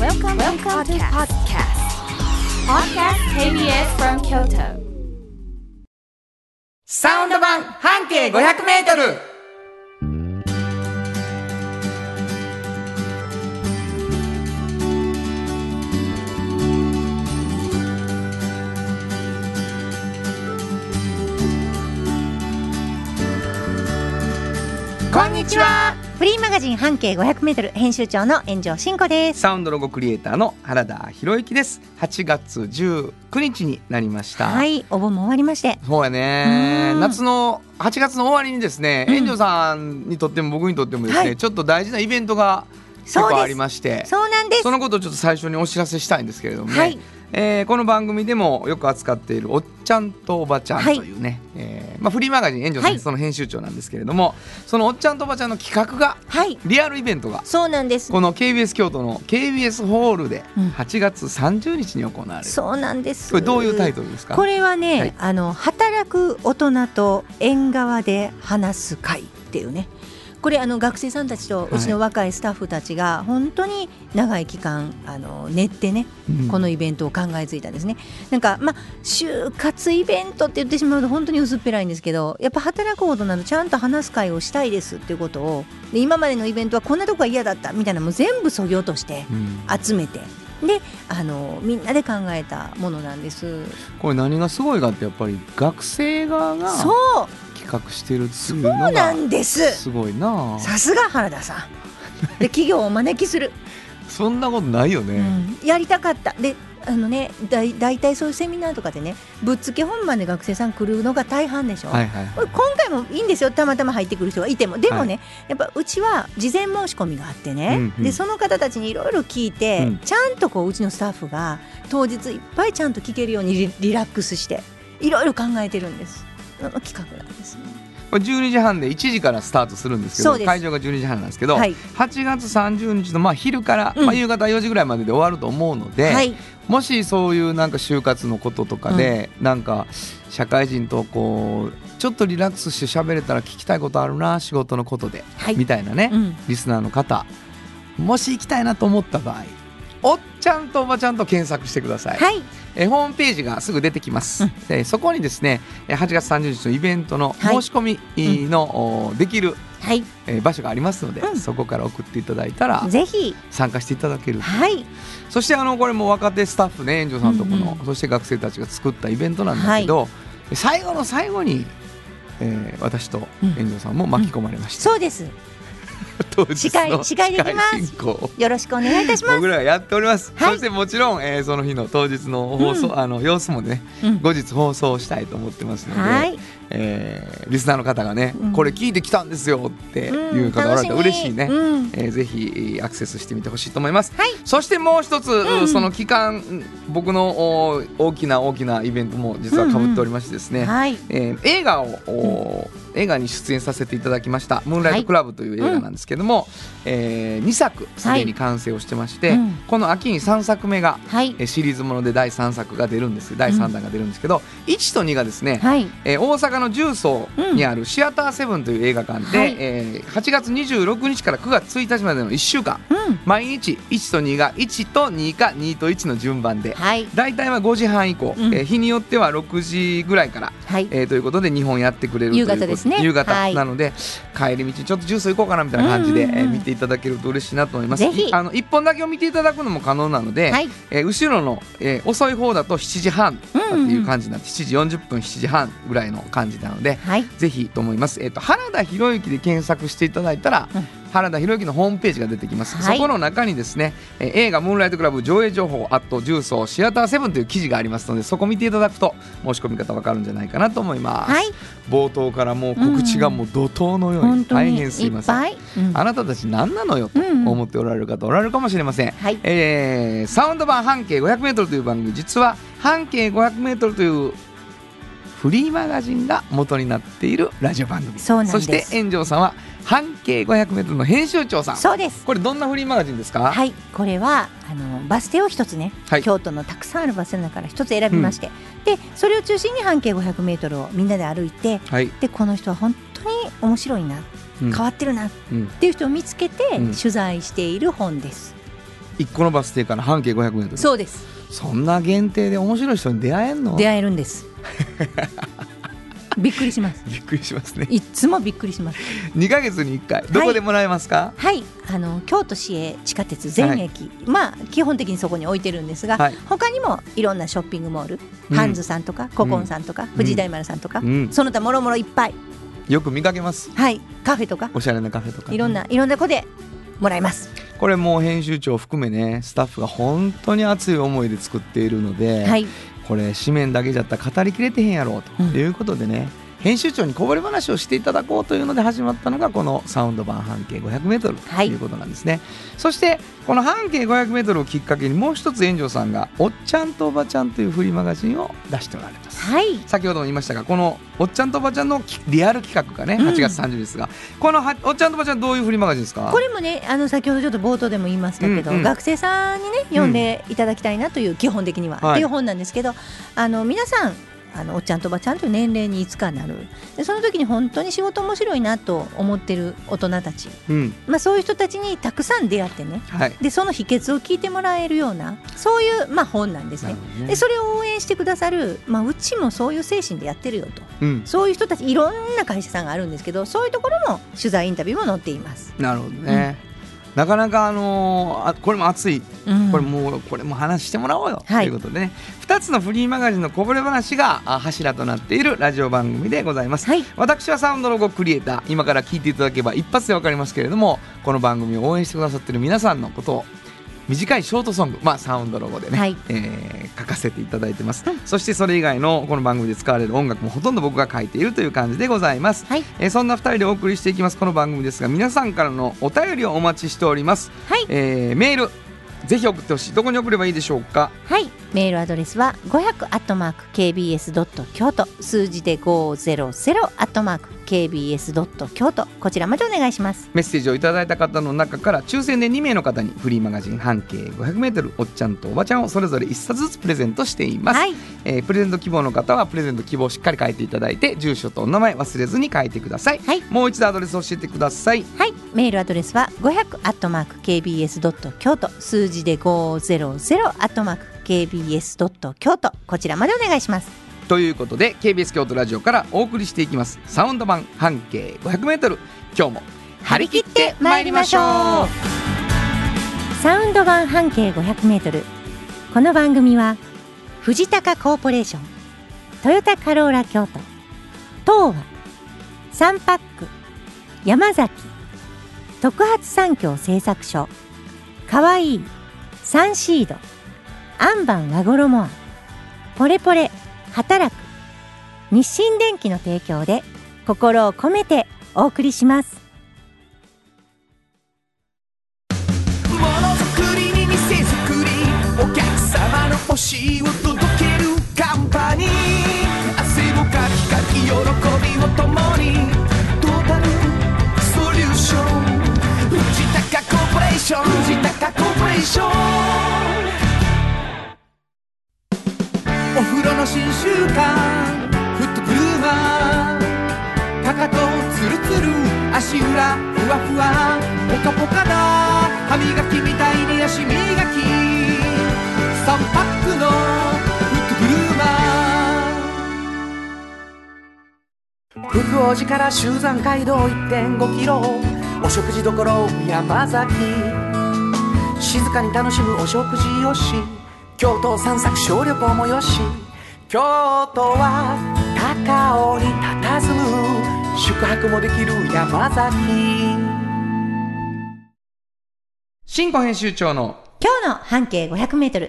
Welcome to podcast KBS from Kyoto. サウンド版半径500メートル。こんにちは。 フリーマガジン半径 500m 編集長の炎上真子です。 サウンドロゴクリエイターの原田博之です。8月19日になりました。 はい、お盆も終わりまして。 そうやね。夏の8月の終わりにですね、炎上さんにとっても僕にとってもですね、はい、ちょっと大事なイベントが結構ありまして、 そうなんです。 そのことをちょっと最初にお知らせしたいんですけれどもね、 はい、 この番組でもよく扱っているおっちゃんとおばちゃんというね、フリーマガジン炎上さん、その編集長なんですけれども、そのおっちゃんとおばちゃんの企画が、リアルイベントがそうなんです。 この KBS 京都の KBS ホールで8月30日に行われる、 そうなんです。 これどういうタイトルですか？ これはね、働く大人と縁側で話す会っていうね、これ学生さんたちとうちの若いスタッフたちが本当に長い期間練ってね、このイベントを考えついたんですね。なんか就活イベントって言ってしまうと本当に薄っぺらいんですけど、やっぱ働く大人とちゃんと話す会をしたいですっていうことを、で今までのイベントはこんなとこが嫌だったみたいなのも全部そぎ落として集めて、でみんなで考えたものなんです。 これ何がすごいかって、やっぱり学生側が企画してるっていうのがそうなんです。 すごいな。 さすが原田さんで、企業をお招きするそんなことないよね、 やりたかったでだいたいそういうセミナーとかでね、ぶっつけ本番で学生さん来るのが大半でしょ、今回もいいんですよ、たまたま入ってくる人がいても。でもね、やっぱうちは事前申し込みがあってね、でその方たちにいろいろ聞いて、ちゃんとうちのスタッフが当日いっぱいちゃんと聞けるようにリラックスしていろいろ考えてるんです。企画なんですね。 これ12時半で1時からスタートするんですけど、会場が12時半なんですけど、8月30日の昼から、夕方4時ぐらいまでで終わると思うので、もしそういうなんか就活のこととかで、なんか社会人とちょっとリラックスして喋れたら聞きたいことあるな、仕事のことで、みたいなね、リスナーの方もし行きたいなと思った場合、おっちゃんとおばちゃんと検索してください。ホームページがすぐ出てきます、そこにですね、8月30日のイベントの申し込みの、できる、場所がありますので、そこから送っていただいたらぜひ参加していただける、そしてこれも若手スタッフね、炎上さんとこの、そして学生たちが作ったイベントなんだけど、最後の最後に、私と炎上さんも巻き込まれました、 そうです。司会できます。よろしくお願いいたします。 僕らがやっております、そしてもちろん、その日の当日の放送、様子もね、後日放送したいと思ってますので、リスナーの方がね、これ聞いてきたんですよっていう方がおられたら嬉しいね、ぜひアクセスしてみてほしいと思います、そしてもう一つ、その期間僕の大きなイベントも実は被っておりましてですね、映画に出演させていただきましたムーンライトクラブという映画なんですけども、2作すでに完成をしてまして、この秋に3作目が、シリーズもので第3作が出るんです、第3弾が出るんですけど、1と2がですね、大阪の重曹にあるシアターセブンという映画館で、8月26日から9月1日までの1週間、毎日1と2が1と2か2と1の順番で、だいたいは5時半以降、日によっては6時ぐらいから、ということで2本やってくれるということで、夕方なので、帰り道ちょっと重曹行こうかなみたいな感じで、見ていただけると嬉しいなと思います。1本だけを見ていただくのも可能なので、後ろの、遅い方だと7時半っていう感じになって、7時40分7時半ぐらいの感じなので、ぜひと思います。原田博之で検索していただいたら、原田博之のホームページが出てきます、そこの中にですね、映画ムーンライトクラブ上映情報重曹シアターセブンという記事がありますので、そこ見ていただくと申し込み方わかるんじゃないかなと思います、冒頭からもう告知がもう怒涛のように大変すいません、あなたたち何なのよと思っておられる方おられるかもしれません、サウンド版半径 500m という番組、実は半径 500m というフリーマガジンが元になっているラジオ番組、そして炎上さんは半径 500m の編集長さん。 そうです。 これどんなフリーマガジンですか？ これはバス停を一つね、京都のたくさんあるバス停の中から一つ選びまして、でそれを中心に半径 500m をみんなで歩いて、でこの人は本当に面白いな、変わってるなっていう人を見つけて取材している本です。 1個のバス停から半径 500m。 そうです。 そんな限定で面白い人に出会えんの？ 出会えるんですびっくりします。 びっくりしますね。 いつもびっくりします。 2ヶ月に1回どこでもらえますか？ はい、京都市営地下鉄全駅、基本的にそこに置いてるんですが、他にもいろんなショッピングモール、ハンズさんとかココンさんとか、藤大丸さんとか、その他もろもろいっぱいよく見かけます。 はい、カフェとかおしゃれなカフェとか、 いろんなとこでもらえます。 これもう編集長含めね、スタッフが本当に熱い思いで作っているので、これ紙面だけじゃったら語りきれてへんやろうということでね、編集長にこぼれ話をしていただこうというので始まったのがこのサウンド版半径 500m ということなんですね。そしてこの半径 500m をきっかけにもう一つ炎上さんがおっちゃんとおばちゃんというフリーマガジンを出しておられます。先ほども言いましたが、このおっちゃんとおばちゃんのリアル企画がね8月30日ですが、このおっちゃんとおばちゃんどういうフリーマガジンですか？ これもね、先ほどちょっと冒頭でも言いましたけど、学生さんにね読んでいただきたいなという、基本的にはっていう本なんですけど、皆さんおっちゃんとおばちゃんという年齢にいつかなる。でその時に本当に仕事面白いなと思ってる大人たち、そういう人たちにたくさん出会ってね、でその秘訣を聞いてもらえるような、そういう、本なんですね。でそれを応援してくださる、うちもそういう精神でやってるよと、そういう人たち、いろんな会社さんがあるんですけど、そういうところも取材インタビューも載っています。 なるほどね、なかなかこれも熱い、これも話してもらおうよということでね、2つのフリーマガジンのこぼれ話が柱となっているラジオ番組でございます。私はサウンドロゴクリエイター、今から聞いていただけば一発で分かりますけれども、この番組を応援してくださっている皆さんのことを短いショートソング、サウンドロゴでね、書かせていただいてます。そしてそれ以外のこの番組で使われる音楽もほとんど僕が書いているという感じでございます。そんな2人でお送りしていきますこの番組ですが、皆さんからのお便りをお待ちしております。メールぜひ送ってほしい。どこに送ればいいでしょうか？ メールアドレスは 500@kbs.kyoto、 数字で 500@kbs.kyoto、 こちらまでお願いします。 メッセージをいただいた方の中から抽選で2名の方にフリーマガジン半径 500m おっちゃんとおばちゃんをそれぞれ1冊ずつプレゼントしています。プレゼント希望の方はプレゼント希望をしっかり書いていただいて、住所とお名前忘れずに書いてください。もう一度アドレス教えてください。 メールアドレスは 500@kbs.kyoto、 数字で 500@kbs.kyoto、 こちらまでお願いします。 ということで KBS 京都ラジオからお送りしていきますサウンド版半径 500m、 今日も張り切ってまいりましょう。 サウンド版半径 500m、 この番組は藤高コーポレーション、トヨタカローラ京都、東和、サンパック、山崎、特発産業製作所、かわいい、サンシード、アンバン和衣ア、ポレポレ働く、日清電機の提供で心を込めてお送りします。 ものづくりに店づくり、お客様の欲しいを届けるカンパニー、汗をかきかき喜びを共に、トータルソリューション、藤高コーポレーション、藤高コーポレーション。お風呂の新習慣フットグルーマー、かかとツルツル足裏ふわふわポカポカだ、歯磨きみたいに足磨き、3パックのフットグルーマー。福王寺から集山街道 1.5 キロ、お食事処山崎、静かに楽しむお食事よし、京都散策小旅行もよし、京都は高尾に佇む宿泊もできる山崎。 新庫編集長の今日の半径 500m。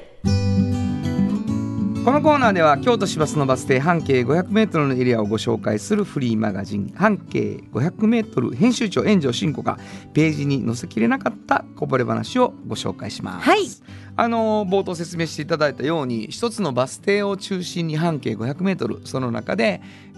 このコーナーでは京都市バスのバス停半径 500m のエリアをご紹介するフリーマガジン半径 500m 編集長炎上真子がページに載せきれなかったこぼれ話をご紹介します。冒頭説明していただいたように、一つのバス停を中心に半径 500m、 その中で、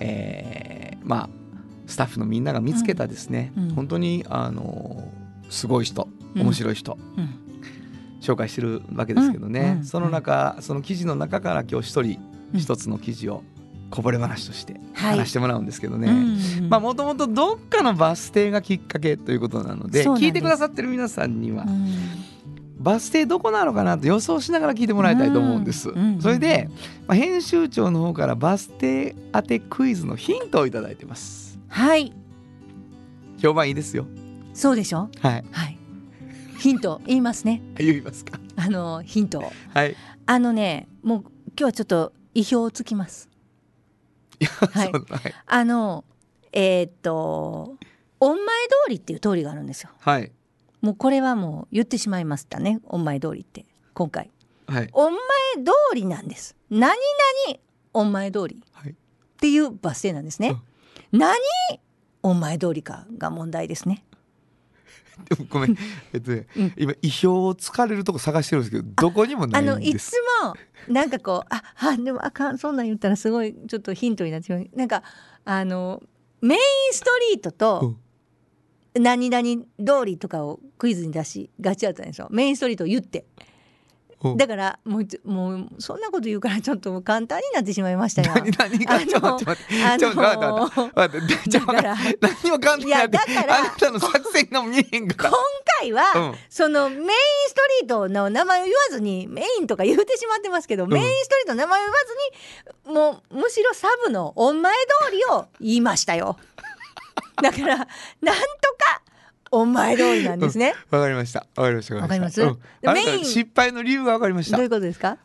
スタッフのみんなが見つけたですね、本当にすごい人、面白い人、紹介してるわけですけどね、その記事の中から今日一つの記事をこぼれ話として話してもらうんですけどね、もともとどっかのバス停がきっかけということなので、聞いてくださってる皆さんには、 バス停どこなのかなと予想しながら聞いてもらいたいと思うんです、それで、編集長の方からバス停当てクイズのヒントをいただいてます。 はい、 評判いいですよ。 そうでしょ。 はい、 はい、ヒント言いますね。 言いますか。 ヒント、 はい、 もう今日はちょっと意表をつきます。はい、御前通りっていう通りがあるんですよ。 はい、 もうこれはもう言ってしまいましたね。御前通りって今回、 はい、 御前通りなんです。何々御前通りっていうバス停なんですね、何御前通りかが問題ですね。 でもごめん、今意表をつかれるとこ探してるんですけど、どこにもないんです。 いつもなんかこうでもあかん、そんなん言ったらすごいちょっとヒントになっちゃう。なんかメインストリートと何々通りとかをクイズに出しがちだったんですよ。メインストリートを言って、だからもうそんなこと言うからちょっと簡単になってしまいましたよ。 何がちょっと待ってちょっと待ってだから何も簡単になって、あなたの作戦が見えへんから。 今回は、そのメインストリートの名前を言わずにメインとか言うてしまってますけど、メインストリートの名前を言わずにもうむしろサブの御前通りを言いましたよ。だからなんとか御前通りなんですね。 わかりました。わかります。 メイン失敗の理由がわかりました。 どういうことですか？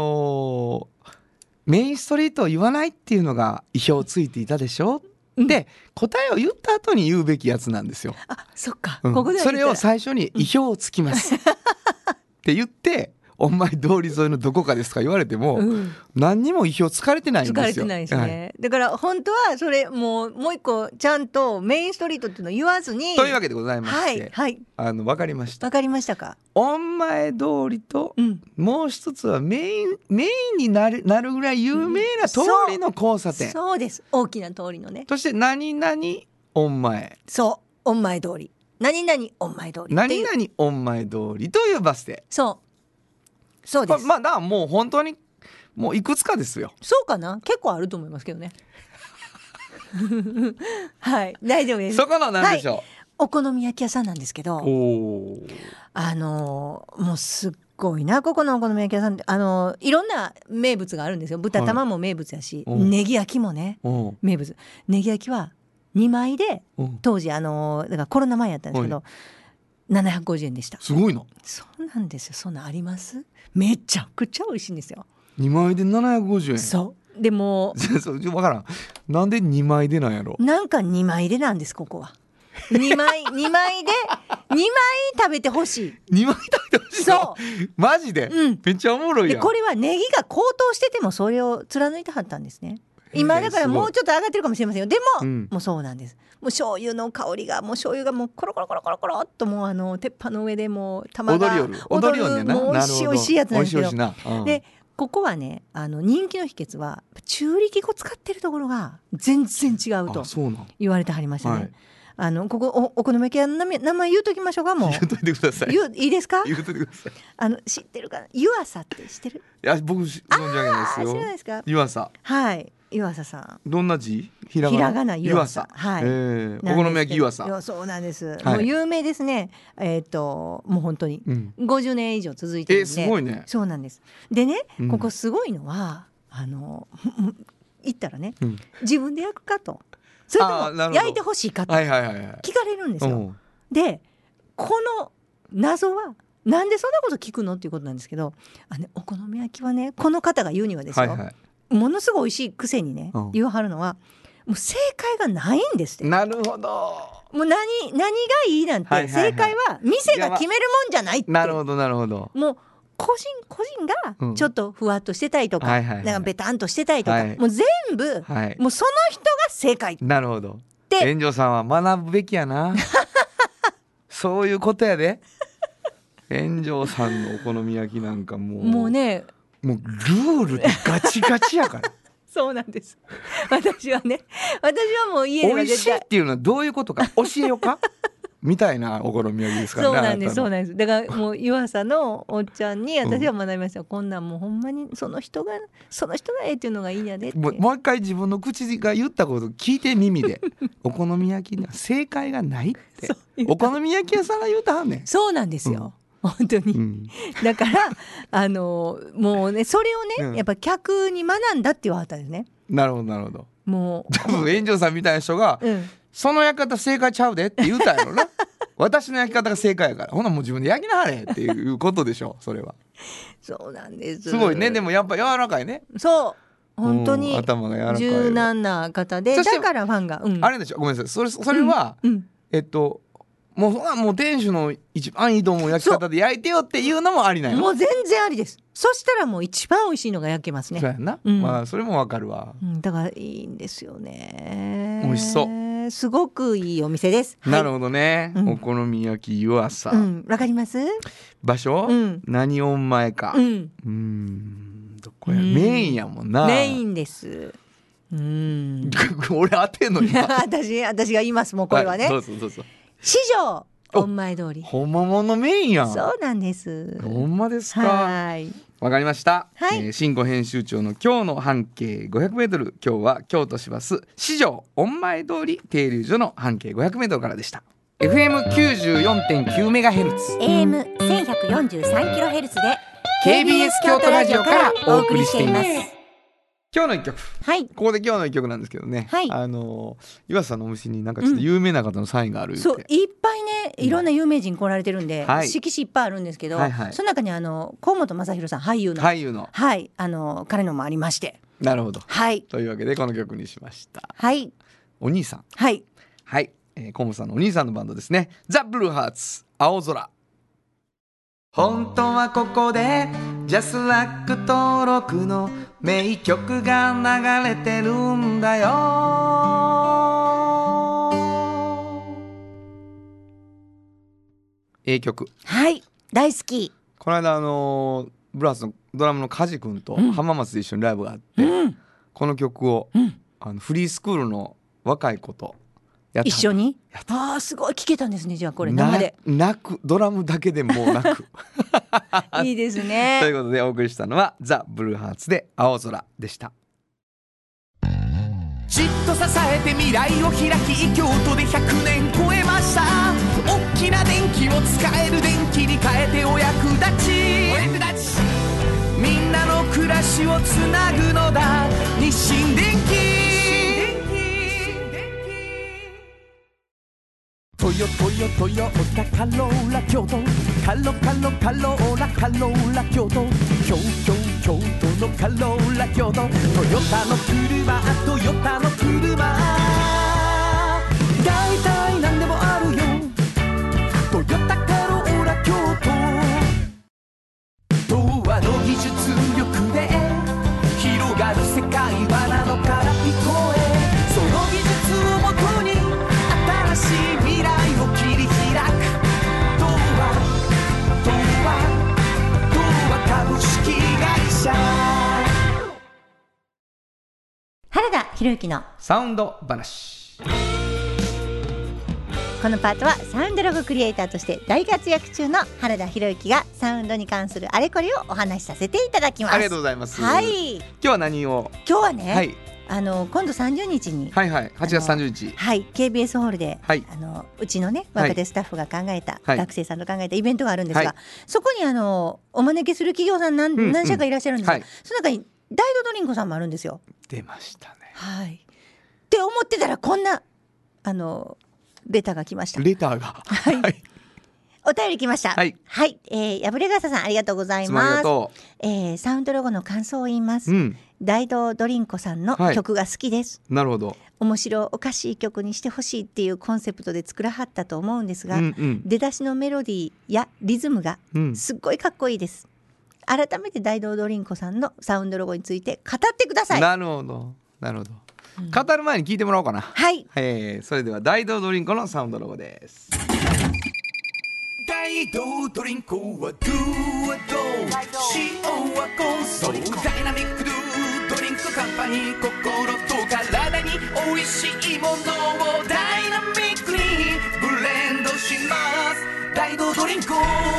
メインストリートを言わないっていうのが意表をついていたでしょ、で答えを言った後に言うべきやつなんですよ。 そっか、ここでそれを最初に意表をつきますって言って御前通り沿いのどこかですか言われても、何にも意表つかれてないんですよ。 つかれてないですね、だから本当はそれもう一個ちゃんとメインストリートっていうのを言わずにというわけでございまして、分かりました。 分かりましたか？ 御前通りと、もう一つはメインになるぐらい有名な通りの交差点、 そうです、大きな通りのね。 そして何々御前、 そう御前通り、何々御前通り、 何々御前通りというバス停。 そうです。 だからもう本当にもういくつかですよ。 そうかな、結構あると思いますけどね。はい大丈夫です。 そこの何でしょう、 お好み焼き屋さんなんですけど、もうすっごいな、ここのお好み焼き屋さんっていろんな名物があるんですよ。豚玉も名物やし、ネギ焼きもね名物。ネギ焼きは2枚で当時だからコロナ前やったんですけど、750円でした。 すごいな。 そうなんですよ。そんなあります？めちゃくちゃ美味しいんですよ。 2枚で750円。 そうでも分からん、なんで2枚でなんやろ。 なんか2枚でなんです。ここは2枚で2枚食べてほしい。 2枚食べてほしい。そうマジで、めっちゃおもろいやん。 でこれはネギが高騰しててもそれを貫いてはったんですね。今だからもうちょっと上がってるかもしれませんよ。でも、もうそうなんです。もう醤油の香りが、もう醤油がもうコロコロコロコロコロっともう鉄板の上でもう玉が踊りよるもう美味しいやつなんですけど、でここはね人気の秘訣は中力粉使ってるところが全然違うと言われてはりましたね。ここお好み焼き屋の名前言うときましょうか。もう言うといてください。 いいですか？ 言うといてください。 知ってるかな、湯浅って知ってる？ いや僕存じ上げないですよ。 知らないですか？ 湯浅、 はい湯浅さん。 どんな字？ひらがな湯浅、はい、 お好み焼き湯浅。 そうなんです、もう有名ですね。もう本当に50年以上続いてるんで、 すごいね。 そうなんです。でね、ここすごいのは行ったらね、自分で焼くかと、それとも焼いてほしいかと聞かれるんですよ。でこの謎はなんでそんなこと聞くのっていうことなんですけど、お好み焼きはね、この方が言うにはですよ、ものすごい美味しいくせにね、言わはるのはもう正解がないんですって。 なるほど。 もう何がいいなんて、正解は店が決めるもんじゃないって。なるほどなるほど。もう個人がちょっとふわっとしてたりとか、なんかベタンとしてたりとか、もう全部、もうその人が正解。なるほど。で炎上さんは学ぶべきやな。そういうことやで。炎上さんのお好み焼きなんかもうね、もうルールでガチガチやから。そうなんです。私はもう家では絶対美味しいっていうのはどういうことか教えようかみたいなお好み焼きですからね。そうなんです、そうなんです。だからもう湯浅のおっちゃんに私は学びました、こんなんもうほんまにその人がええっていうのがいいんやでって。もう一回自分の口が言ったこと聞いて耳でお好み焼きには正解がないってお好み焼き屋さんが言うたはんねん。そうなんですよ、 本当に、だからもうねそれをね、やっぱ客に学んだって言われたんですね。 なるほどなるほど。 もう多分炎上さんみたいな人が、その焼き方正解ちゃうでって言うたんやろな私の焼き方が正解やからほなもう自分で焼きなはれっていうことでしょそれは。 そうなんです。 すごいね。でもやっぱ柔らかいね。 そう本当に頭が柔らかい柔軟な方で、だからファンが、 あれでしょ、ごめんなさい、それは、もう店主の一番いいと思う焼き方で焼いてよっていうのもありないの。 もう全然ありです。そしたらもう一番美味しいのが焼けますね。 そうやな、まあそれもわかるわ、 だからいいんですよね。 美味しそう、 すごくいいお店です。 なるほどね、お好み焼き湯浅、 わかります？ 場所、何音前か、どこや、メインやもんな。 メインです。 俺当てんのに私が言います。もうこれはね、 どうぞどうぞ。 四条本前通り、 本物のメインやん。 そうなんです。 ほんまですか。 はい、 わかりました、 はい新語編集長の今日の半径 500m、 今日は京都市バス四条本前通り停留所の半径 500m からでした。 FM94.9MHz、 AM1143kHz で KBS 京都ラジオからお送りしています。今日の一曲、ここで今日の一曲なんですけどね、岩佐さんのお店になんかちょっと有名な方のサインがあるって、 そういっぱいねいろんな有名人来られてるんで、色紙いっぱいあるんですけど、その中に河本雅弘さん、俳優の彼のもありまして。 なるほど、 はい、 というわけでこの曲にしました。 はい、 お兄さん、 はいはい、河本さんのお兄さんのバンドですね。ザ・ブルーハーツ、青空。 本当はここでジャスラック登録の名曲が流れてるんだよ。 曲、 はい大好き。 この間ブラスのドラムの梶君と浜松で一緒にライブがあって、この曲を、フリースクールの若い子とやった。 一緒にすごい聴けたんですね。じゃあこれ生で泣く、ドラムだけでもう泣くいいですね。 ということでお送りしたのはザ・ブルーハーツで青空でした。 じっと支えて未来を開き、京都で100年超えました。大きな電気を使える電気に変えてお役立ち、みんなの暮らしをつなぐのだ日清電気。トヨタカローラ京都、カローラ京都、京都のカローラ京都、トヨタの車、だいたいなんでもあるよ、トヨタカローラ京都。童話の技術力で広がる世界はなのから聞こえ、その技術をもとに新しい未来を切り開く。童話株式会社。 原田博之のサウンド話。 このパートはサウンドロゴクリエイターとして大活躍中の原田博之がサウンドに関するあれこれをお話しさせていただきます。 ありがとうございます。 はい、 今日は何を？ 今日はね、今度30日に、 8月30日、 KBS ホールで、うちのね若手スタッフが考えた、学生さんと考えたイベントがあるんですが、そこにお招きする企業さん何社かいらっしゃるんですが、その中に大道ドリンコさんもあるんですよ。 出ましたね。 って思ってたらこんなレターが来ました。 レターが、 お便り来ました。破れ傘さんありがとうございます。サウンドロゴの感想を言います。大道ドリンコさんの曲が好きです。 なるほど。 面白おかしい曲にしてほしいっていうコンセプトで作らはったと思うんですが、出だしのメロディーやリズムがすっごいかっこいいです。改めて大道ドリンコさんのサウンドロゴについて語ってください。 なるほど。語る前に聞いてもらおうかな。それでは大道ドリンコのサウンドロゴです。 大道ドリンコはドゥはド塩はコンソダイナミックドゥドリンクカンパニー、心と体に美味しいものをダイナミックにブレンドします。大道ドリンコ。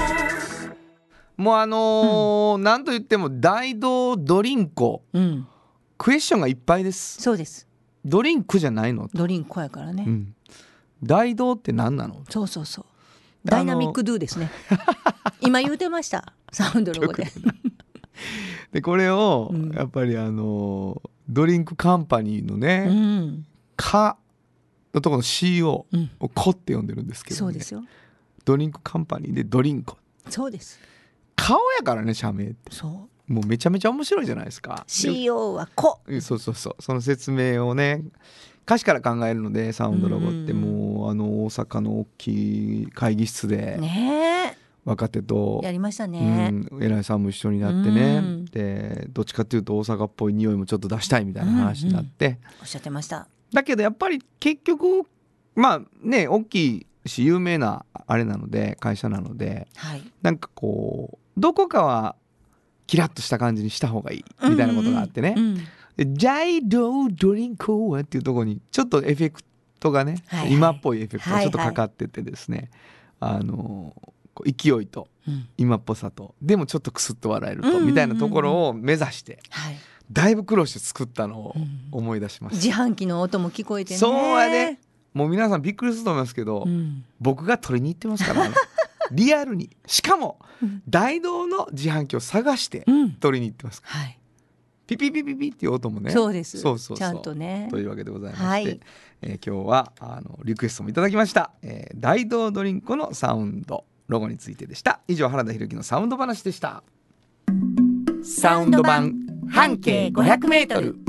もうなんと言っても大道ドリンコ、クエスチョンがいっぱいです。 そうです。 ドリンクじゃないの？ ドリンコやからね。 大道って何なの？ そう。 ダイナミックドゥですね今言うてましたサウンドロゴででこれをやっぱりドリンクカンパニーのね、カのところの CO をコって呼んでるんですけどね、 そうですよ。 ドリンクカンパニーでドリンコ、 そうです。 顔やからね、社名って。 そうもうめちゃめちゃ面白いじゃないですか。 CO はコ。 そうその説明をね歌詞から考えるので、サウンドロゴってもう大阪の大きい会議室でね若手とやりましたね、 偉いさんも一緒になってね、でどっちかっていうと大阪っぽい匂いもちょっと出したいみたいな話になって、 おっしゃってました。 だけどやっぱり結局まあね大きいし有名なあれなので会社なので、なんかこうどこかはキラッとした感じにした方がいいみたいなことがあってね、ジャイドドリンクっていうところにちょっとエフェクトがね、今っぽいエフェクトがちょっとかかっててですね、勢いと今っぽさとでもちょっとクスッと笑えるとみたいなところを目指して、だいぶ苦労して作ったのを思い出します。 自販機の音も聞こえてね。 そうやね。もう皆さんびっくりすると思いますけど、僕が取りに行ってますから、リアルに。しかも大道の自販機を探して取りに行ってますから、ピピピピピっていう音もね。 そうです。 そうちゃんとね。 というわけでございまして、今日はリクエストもいただきました、大道ドリンクのサウンドロゴについてでした。以上、原田裕之のサウンド話でした。 サウンド版半径500メートル。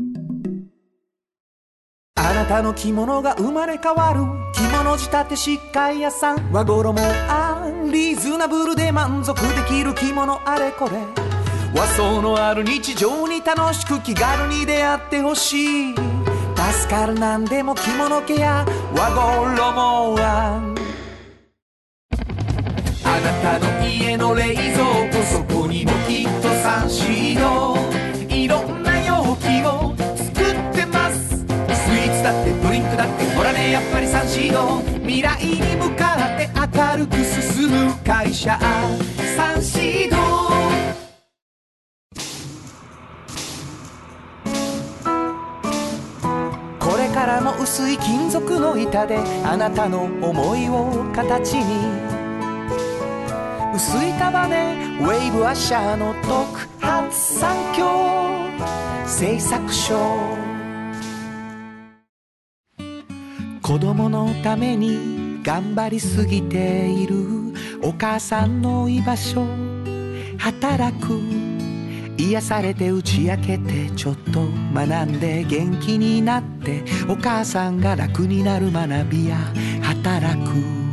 あなたの着物が生まれ変わる着物仕立て疾患屋さん、和衣リーズナブルで満足できる着物あれこれ、和装のある日常に楽しく気軽に出会ってほしい。助かるなんでも着物ケア和衣はあなたの家の冷蔵庫、そこにもきっとサンシード、いろんな容器を作ってます。スイーツだってドリンクだってほらね、やっぱりサンシード、未来に向かって明るく進む会社サンシード。これからも薄い金属の板であなたの思いを形に、薄い束ねウェイブアッシャーの特発産業製作所。子供のために頑張りすぎているお母さんの居場所、働く癒されて打ち明けてちょっと学んで元気になって、お母さんが楽になる学びや働く。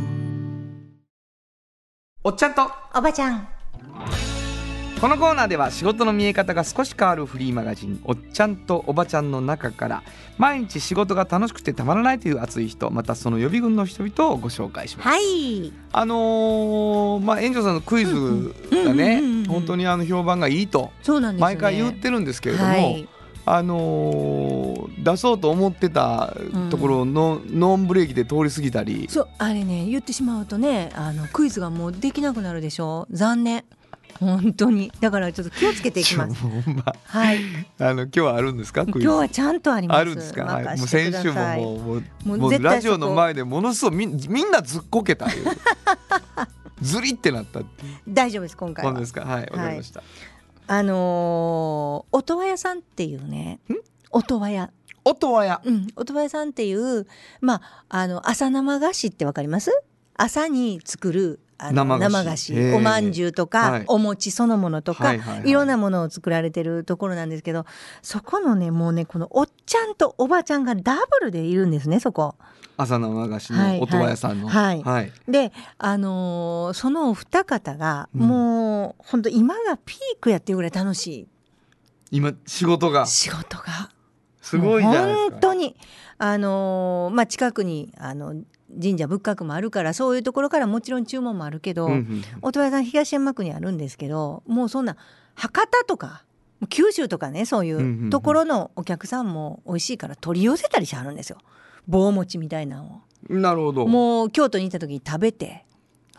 おっちゃんとおばちゃん。 このコーナーでは仕事の見え方が少し変わるフリーマガジンおっちゃんとおばちゃんの中から、毎日仕事が楽しくてたまらないという熱い人、またその予備軍の人々をご紹介します。園長さんのクイズがね、本当に評判がいいと毎回言ってるんですけれども、出そうと思ってたところのノンブレーキで通り過ぎたり、 そうあれね、言ってしまうとね、クイズがもうできなくなるでしょ。残念、本当に。だからちょっと気をつけていきます。はい。 今日はあるんですか？クイズ。 今日はちゃんとあります。 あるんですか？はい。もう先週もうラジオの前でものすごいみんなずっこけたいうずりってなったって。 大丈夫です、今回は。 本当ですか？はい、わかりました。 音羽屋さんっていうね、音羽屋、音羽屋さんっていう、朝生菓子ってわかります？朝に作る生菓子、おまんじゅうとか、お餅そのものとか、いろんなものを作られてるところなんですけど、そこのね、もうね、このおっちゃんとおばちゃんがダブルでいるんですね、そこ。 朝生菓子の音羽屋さんの。 で、そのお二方がもう本当今がピークやっていうぐらい楽しい。 今仕事がすごいじゃないですか。 本当に近くに神社仏閣もあるから、そういうところからもちろん注文もあるけど、音羽屋さん東山区にあるんですけど、もうそんな博多とか九州とかね、そういうところのお客さんも美味しいから取り寄せたりしてはるんですよ。棒餅みたいなのを。 なるほど。 もう京都に行った時に食べて、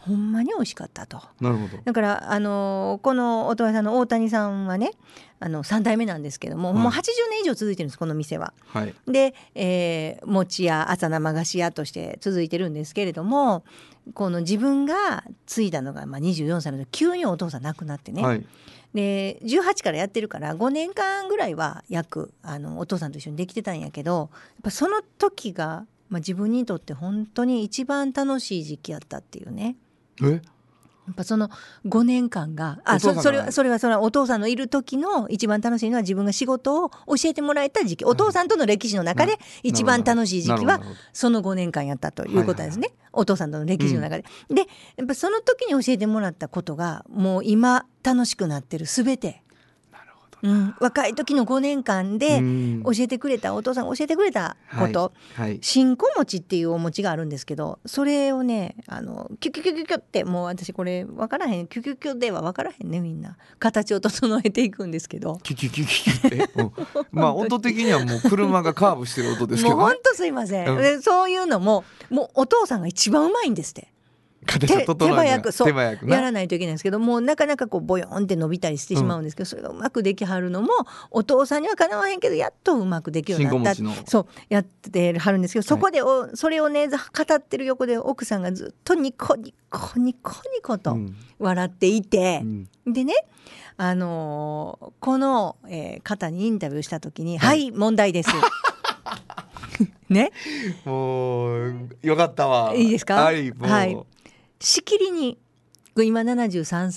ほんまに美味しかったと。 なるほど。 だからこのお豆腐屋さんの大谷さんはね3代目なんですけども、もう80年以上続いてるんですこの店は。で、餅屋朝生菓子屋として続いてるんですけれども、この自分が継いだのが24歳の時急にお父さん亡くなってね、で18からやってるから5年間ぐらいは約お父さんと一緒にできてたんやけど、やっぱその時が、自分にとって本当に一番楽しい時期やったっていうね。やっぱその5年間がそれはお父さんのいる時の一番楽しいのは自分が仕事を教えてもらえた時期、お父さんとの歴史の中で一番楽しい時期はその5年間やったということですね、お父さんとの歴史の中で。でやっぱその時に教えてもらったことがもう今楽しくなってる全て。若い時の5年間で教えてくれた、お父さんが教えてくれたこと、新子餅っていうお餅があるんですけど、それをねキュキュキュキュキュって、もう私これ分からへん、キュキュキュでは分からへんね、みんな形を整えていくんですけど、 キュキュキュキュって音的にはもう車がカーブしてる音ですけど、 もうほんとすいません、そういうのももうお父さんが一番うまいんですって。手早くやらないといけないんですけど、もうなかなかこうボヨンって伸びたりしてしまうんですけど、それがうまくできはるのもお父さんにはかなわへんけどやっとうまくできるようになった、そうやってはるんですけど、そこでそれをね語ってる横で奥さんがずっとニコニコニコニコと笑っていて、でねこの、方にインタビューした時にはい問題ですね、 もうよかったわ。 いいですか。 はい、 しきりに今73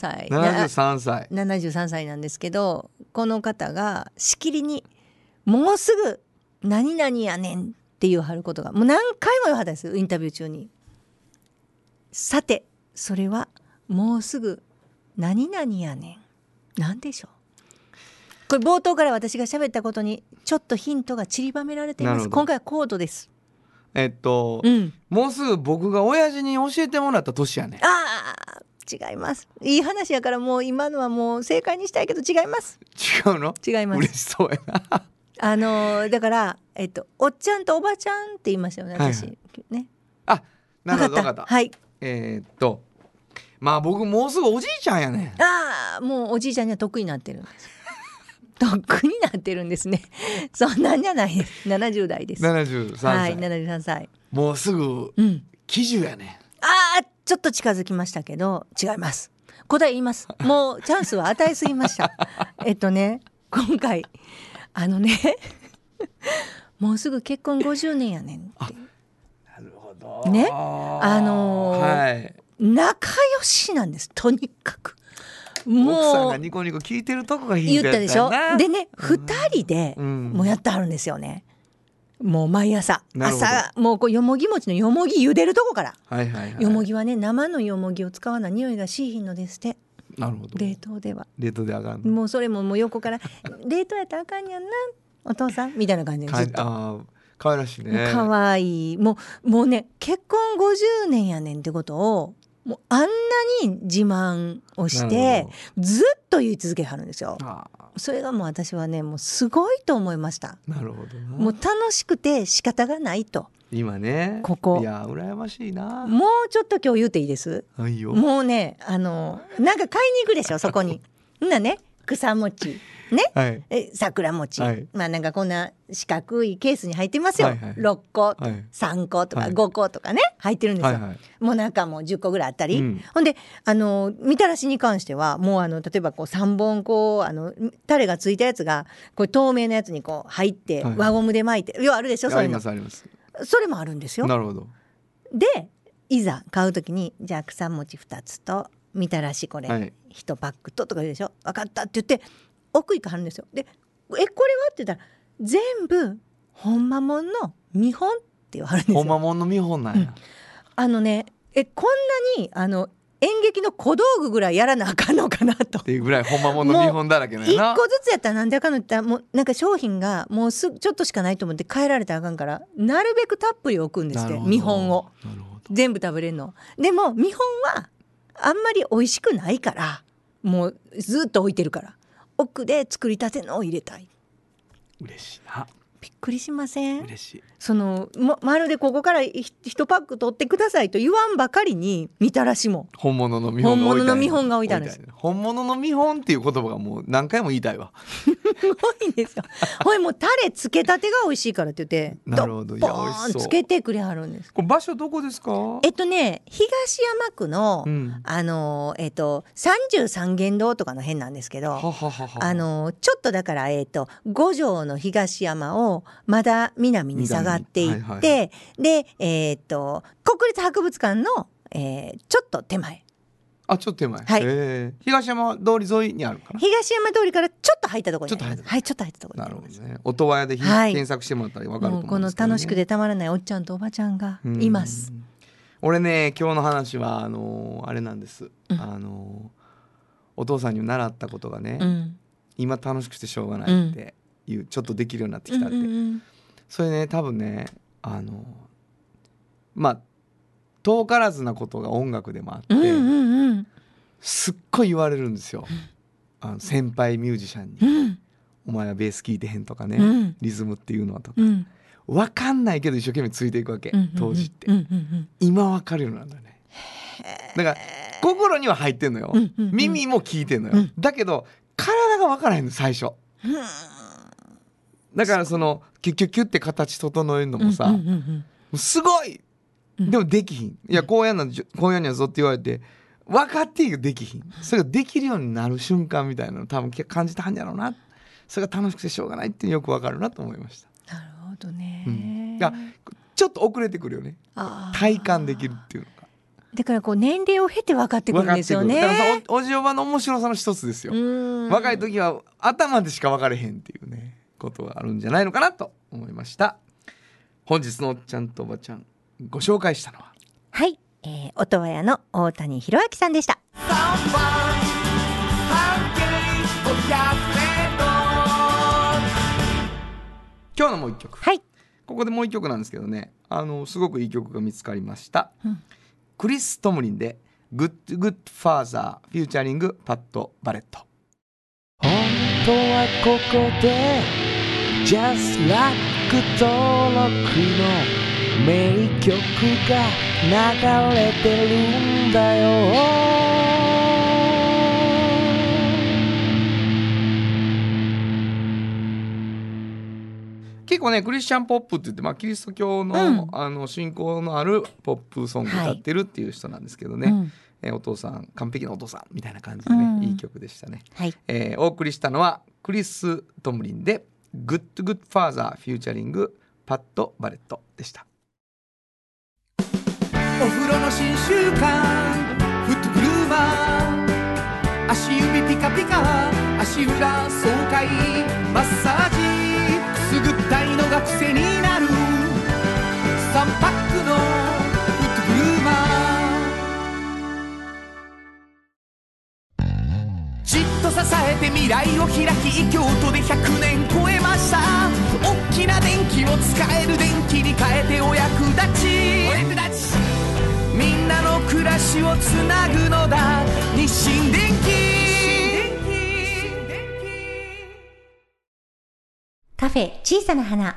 歳なんですけど、この方がしきりにもうすぐ何々やねんって言うはることがもう何回も言うはったんですよ、インタビュー中に。さてそれはもうすぐ何々やねんなんでしょう。これ冒頭から私が喋ったことにちょっとヒントが散りばめられています。今回はコードです。 もうすぐ僕が親父に教えてもらった年やね。 違います。いい話やからもう今のはもう正解にしたいけど違います。 違うの？ 違います。 嬉しそうやな。だからおっちゃんとおばちゃんって言いましたよね、私、ね。 なるほど分かった。 はい。 僕もうすぐおじいちゃんやね。 もうおじいちゃんには得意になってるんです。得になってるんですね。そんなんじゃないです。70代です。 73歳。 はい、73歳。 もうすぐ喜寿やね。 ちょっと近づきましたけど違います。答え言います。もうチャンスは与えすぎました。今回もうすぐ結婚50年やねんって。 なるほどね。仲良しなんです、とにかく。もう奥さんがニコニコ聞いてるとこがヒントやった言ったでしょ。でね、2人でもうやってはるんですよね。もう毎朝もうよもぎ餅のよもぎ茹でるとこから、よもぎはね生のよもぎを使わない匂いがしいひんのですって。 なるほど。 冷凍ではあかん。 もうそれももう横から冷凍やったらあかんやんなお父さんみたいな感じでずっとかわいらしいね。 かわいい。もうね結婚50年やねんってことをもうあんなに自慢をしてずっと言い続けはるんですよ。それがもう私はねもうすごいと思いました。 なるほどな。 もう楽しくて仕方がないと。 今ねここいや羨ましいな。 もうちょっと今日言っていいです。 いいよ。 もうねなんか買いに行くでしょそこにね草餅ね、桜餅、なんかこんな四角いケースに入ってますよ、6個、3個とか5個とかね入ってるんですよ、もう中も10個ぐらいあったり、ほんでみたらしに関してはもう例えばこう3本こうタレがついたやつがこれ透明なやつにこう入って、輪ゴムで巻いて要はあるでしょそういうの。ありますそれもあるんですよ。 なるほど。 でいざ買うときにじゃあ草餅2つとみたらしこれ1パックとか言うでしょ。分かったって言って奥行かはるんですよ。でこれはって言ったら全部ほんまもんの見本って言わはるんですよ。 ほんまもんの見本なんや、 こんなに演劇の小道具ぐらいやらなあかんのかなとっていうぐらいほんまもんの見本だらけなんやな。 1個ずつやったらなんであかんのって言ったらもうなんか商品がもうちょっとしかないと思って変えられたらあかんからなるべくたっぷり置くんですって見本を。全部食べれるの。でも見本はあんまり美味しくないからもうずっと置いてるから奥で作りたてのを入れたい。 嬉しいな。 びっくりしません？ 嬉しい。 まるでここから1パック取ってくださいと言わんばかりにみたらしも本物の見本が置いてある。 本物の見本が置いてあるんです。 本物の見本っていう言葉がもう何回も言いたいわ。 すごいんですよ。ほいもうタレつけたてが美味しいからって言ってなるほど。いや美味しそう。 つけてくれはるんです。 これ場所どこですか？ 東山区の、33軒堂とかの辺なんですけど、ちょっとだから五条の東山をまだ南に下がっていって、で国立博物館の、ちょっと手前。 ちょっと手前。 はい。 東山通り沿いにあるかな。 東山通りからちょっと入ったところにあります。はい、ちょっと入ったところにあります。 なるほどね。音羽屋で検索してもらったら分かると思うんですけどね。 この楽しくてたまらないおっちゃんとおばちゃんがいます。 俺ね、今日の話はあれなんです。お父さんに習ったことがね、今楽しくてしょうがないっていう、ちょっとできるようになってきたって。それね、多分ね、遠からずなことが音楽でもあって、すっごい言われるんですよ。先輩ミュージシャンに、お前はベース聴いてへんとかね、リズムっていうのはとか、分かんないけど一生懸命ついていくわけ、当時って。今分かるようになるんだよね。だから心には入ってんのよ、耳も聞いてんのよ、だけど体が分からへんの最初。だからキュッキュッキュッって形整えるのもさ、すごいでもできひん。いやこうやんやぞって言われて分かっていいけどできひん。それができるようになる瞬間みたいなの多分感じたはんやろうな。それが楽しくてしょうがないってよく分かるなと思いました。 なるほどね。 ちょっと遅れてくるよね、体感できるっていうのが。 だから年齢を経て分かってくるんですよね。 だからおじおばの面白さの一つですよ。若い時は頭でしか分かれへんっていうねことがあるんじゃないのかなと思いました。本日のおっちゃんとおばちゃんご紹介したのは音羽屋の大谷弘明さんでした。 今日のもう一曲、ここでもう一曲なんですけどね、すごくいい曲が見つかりました、クリス・トムリンで Good Father フューチャリングパッド・バレット。 本当はここで Just Like 登録の名曲が流れてるんだよ。 結構ねクリスチャンポップって言って、キリスト教の、信仰のあるポップソングを歌ってるっていう人なんですけどね、お父さん完璧なお父さんみたいな感じでね、いい曲でしたね、お送りしたのはクリス・トムリンで Good Father フューチャリングパッド・バレットでした。 お風呂の新習慣フットグルーマー、足指ピカピカ足裏爽快マッサージくすぐったいのが癖になる3パックのフットグルーマー、じっと支えて未来を開き京都で100年超えました。大きな電気を使える電気に変えてお役立ち、みんなの暮らしをつなぐのだ日清電気。 カフェ小さな花。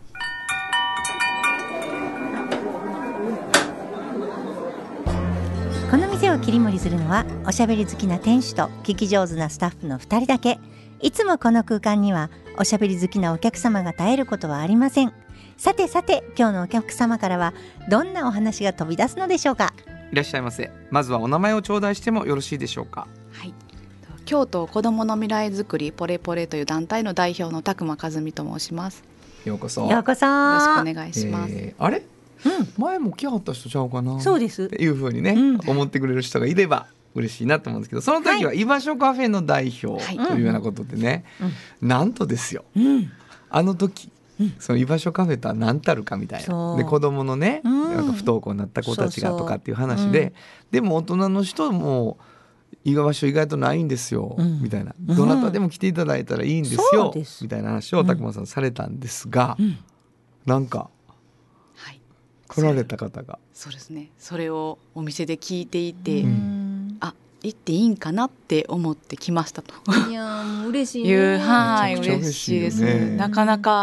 この店を切り盛りするのはおしゃべり好きな店主と聞き上手なスタッフの2人だけ。いつもこの空間にはおしゃべり好きなお客様が絶えることはありません。さて今日のお客様からはどんなお話が飛び出すのでしょうか。 いらっしゃいませ。まずはお名前を頂戴してもよろしいでしょうか。 京都子どもの未来づくりポレポレという団体の代表の宅間和美と申します。 ようこそ。 よろしくお願いします。 あれ、前も来はった人ちゃうかな。 そうですっていう風にね、思ってくれる人がいれば嬉しいなと思うんですけど、その時は居場所カフェの代表というようなことでね、なんとですよ、あの時その居場所カフェとは何たるかみたいなで、子供のね、なんか不登校になった子たちがとかっていう話で、でも大人の人も居場所意外とないんですよ、みたいな、どなたでも来ていただいたらいいんですよ、みたいな話を拓磨さんされたんですが、なんか、来られた方がそうですね、それをお店で聞いていて、行っていいんかなって思って来ましたと。 いやもう嬉しいね。 めちゃくちゃ嬉しいです。なかなか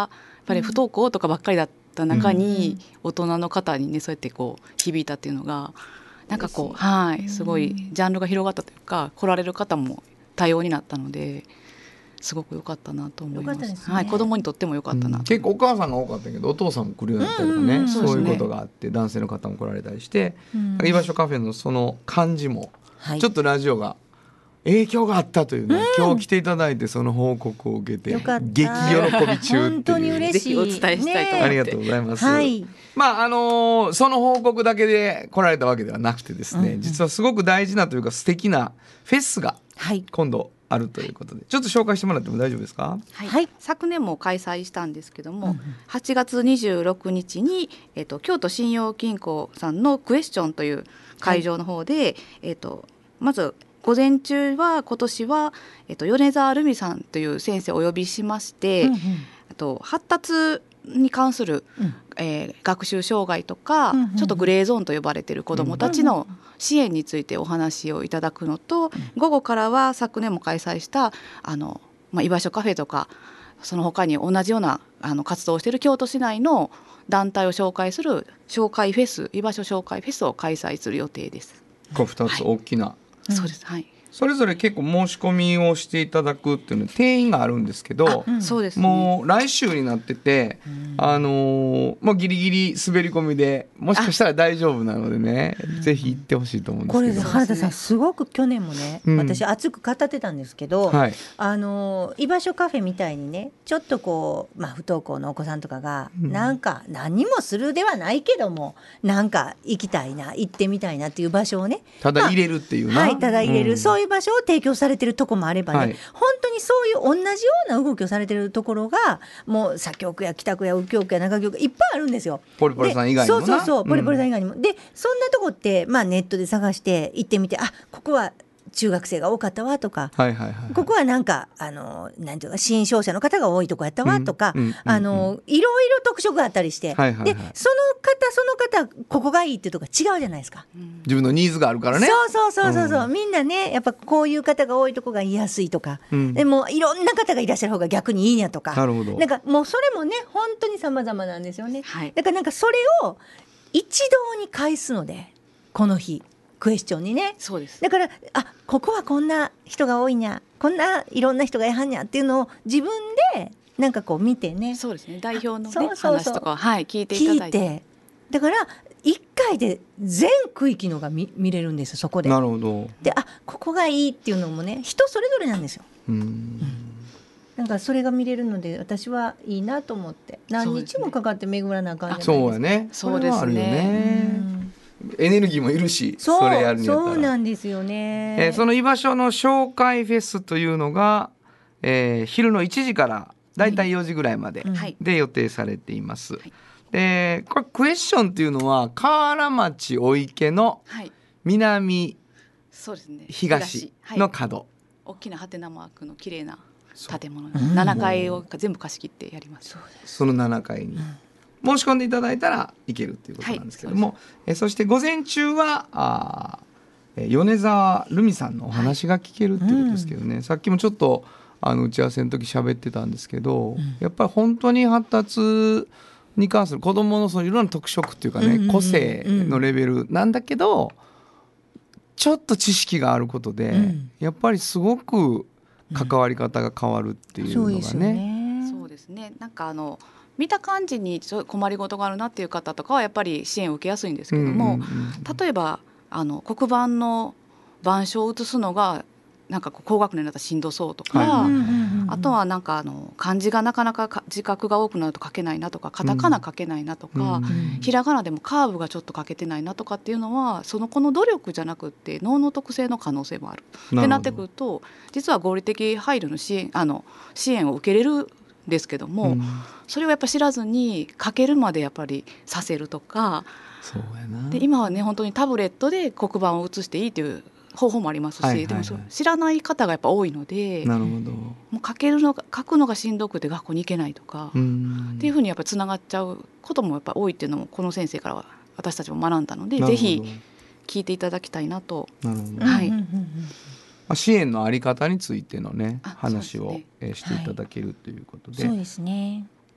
ぱり不登校とかばっかりだった中に、大人の方にねそうやってこう響いたっていうのがなんかこう、はい、すごいジャンルが広がったというか、来られる方も多様になったのですごく良かったなと思います。はい、子供にとっても良かったな、 結構お母さんが多かったけどお父さんも来るようになったりとかね、そういうことがあって男性の方も来られたりして、居場所カフェのその感じも、ちょっとラジオが影響があったというね、今日来ていただいてその報告を受けて激喜び中っていう、 本当に嬉しい、 ぜひお伝えしたいと思って、 ありがとうございます、 はい、 まあその報告だけで来られたわけではなくてですね、実はすごく大事なというか素敵なフェスが今度あるということで、ちょっと紹介してもらっても大丈夫ですか？ はい、昨年も開催したんですけども、8月26日に、京都信用金庫さんのクエスチョンという会場の方で、まず午前中は今年は、米沢ルミさんという先生をお呼びしまして、発達に関する、学習障害とか、ちょっとグレーゾーンと呼ばれている子どもたちの支援についてお話をいただくのと、午後からは昨年も開催した居場所カフェとかその他に同じような活動をしている京都市内の団体を紹介する紹介フェス、居場所紹介フェスを開催する予定です。 これ2つ大きな、 そうです、はい、 それぞれ結構申し込みをしていただくっていうの定員があるんですけど、 そうですね、 もう来週になってて、もうギリギリ滑り込みでもしかしたら大丈夫なのでね、ぜひ行ってほしいと思うんですけど、 これ原田さんすごく去年もね、私熱く語ってたんですけど、居場所カフェみたいにね、ちょっとこう、不登校のお子さんとかが、なんか何もするではないけどもなんか行きたいな、行ってみたいなっていう場所をね、 ただ入れるっていうな、 ただ入れる、そういう場所を提供されてるとこもあればね、本当にそういう同じような動きをされてるところがもう左京区や北区や右京区や中京区いっぱいあるんですよ。 ポリポリさん以外にもな、 ポリポリさん以外にも、でそんなとこって、ネットで探して行ってみて、ここは中学生が多かったわとか、ここはなんかなんていうか新商社の方が多いとこやったわとか、いろいろ特色があったりして、でその方ここがいいっていうとこ違うじゃないですか、 自分のニーズがあるからね。 そう、みんなねやっぱこういう方が多いとこが言いやすいとか、でもいろんな方がいらっしゃる方が逆にいいんやとか、なんかもうそれもね本当に様々なんですよね、だからなんかそれを一堂に会すので、この日クエスチョンにね、 そうです。 だからここはこんな人が多いんや、こんないろんな人がやはんやっていうのを自分でなんかこう見てね、 そうですね、代表の、ね、話とか、聞いていただいて、 だから1回で全区域のが 見れるんですよ、そこで。 なるほど。 でここがいいっていうのもね人それぞれなんですよ。なんかそれが見れるので私はいいなと思って、何日もかかって巡らなあかんじゃないですか。 そうやね、 そうですね、 エネルギーもいるし、それやるんやったら。 そうなんですよね、 その居場所の紹介フェスというのが、昼の1時からだいたい4時ぐらいまでで予定されています、でこれクエスチョンっていうのは河原町御池の南、東の角、 大きなハテナマークの綺麗な建物、7階を全部貸し切ってやります。 その7階に申し込んでいただいたらいけるっていうことなんですけども、そして午前中は米沢ルミさんのお話が聞けるっていうことですけどね、さっきもちょっと打ち合わせの時喋ってたんですけど、やっぱり本当に発達に関する子どものそのいろんな特色っていうかね、個性のレベルなんだけど、ちょっと知識があることで、やっぱりすごく関わり方が変わるっていうのがね、 そうですね、なんか見た感じに困りごとがあるなっていう方とかはやっぱり支援を受けやすいんですけども、例えば黒板の板書を写すのがなんか高学年だったらしんどそうとか、あとはなんか漢字がなかなか字画が多くなると書けないなとか、カタカナ書けないなとか、ひらがなでもカーブがちょっと書けてないなとかっていうのは、その子の努力じゃなくって脳の特性の可能性もあるってなってくると、実は合理的配慮の支援を受けれるんですけども、それをやっぱ知らずに書けるまでやっぱりさせるとか、 そうやな。 で今はね本当にタブレットで黒板を写していいという方法もありますし、でも知らない方がやっぱ多いので、 なるほど、 もう書くのがしんどくて学校に行けないとかっていうふうにやっぱつながっちゃうこともやっぱ多いっていうのもこの先生からは私たちも学んだので、ぜひ聞いていただきたいなと。 なるほど、支援のあり方についてのね話をしていただけるということで、 そうですね、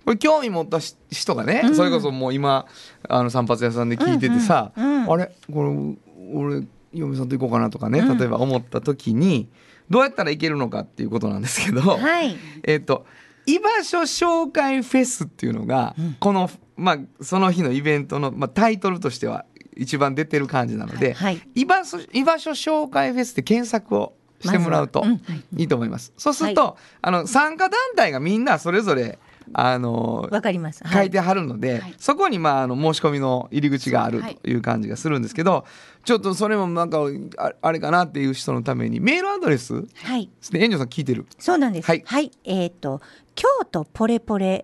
これ興味持った人がね、それこそもう今散髪屋さんで聞いててさ、あれこれ俺嫁さんと行こうかなとかね、例えば思った時にどうやったらいけるのかっていうことなんですけど、 はい、 居場所紹介フェスっていうのが、この、その日のイベントの、タイトルとしては一番出てる感じなので、 はい、 居場所紹介フェスで検索をしてもらうといいと思います。そうすると、参加団体がみんなそれぞれわかります、 書いてはるので、そこに申し込みの入り口があるという感じがするんですけど、ちょっとそれもなんかあれかなっていう人のためにメールアドレス、園長さん聞いてる。 そうなんです。京都ポレポレ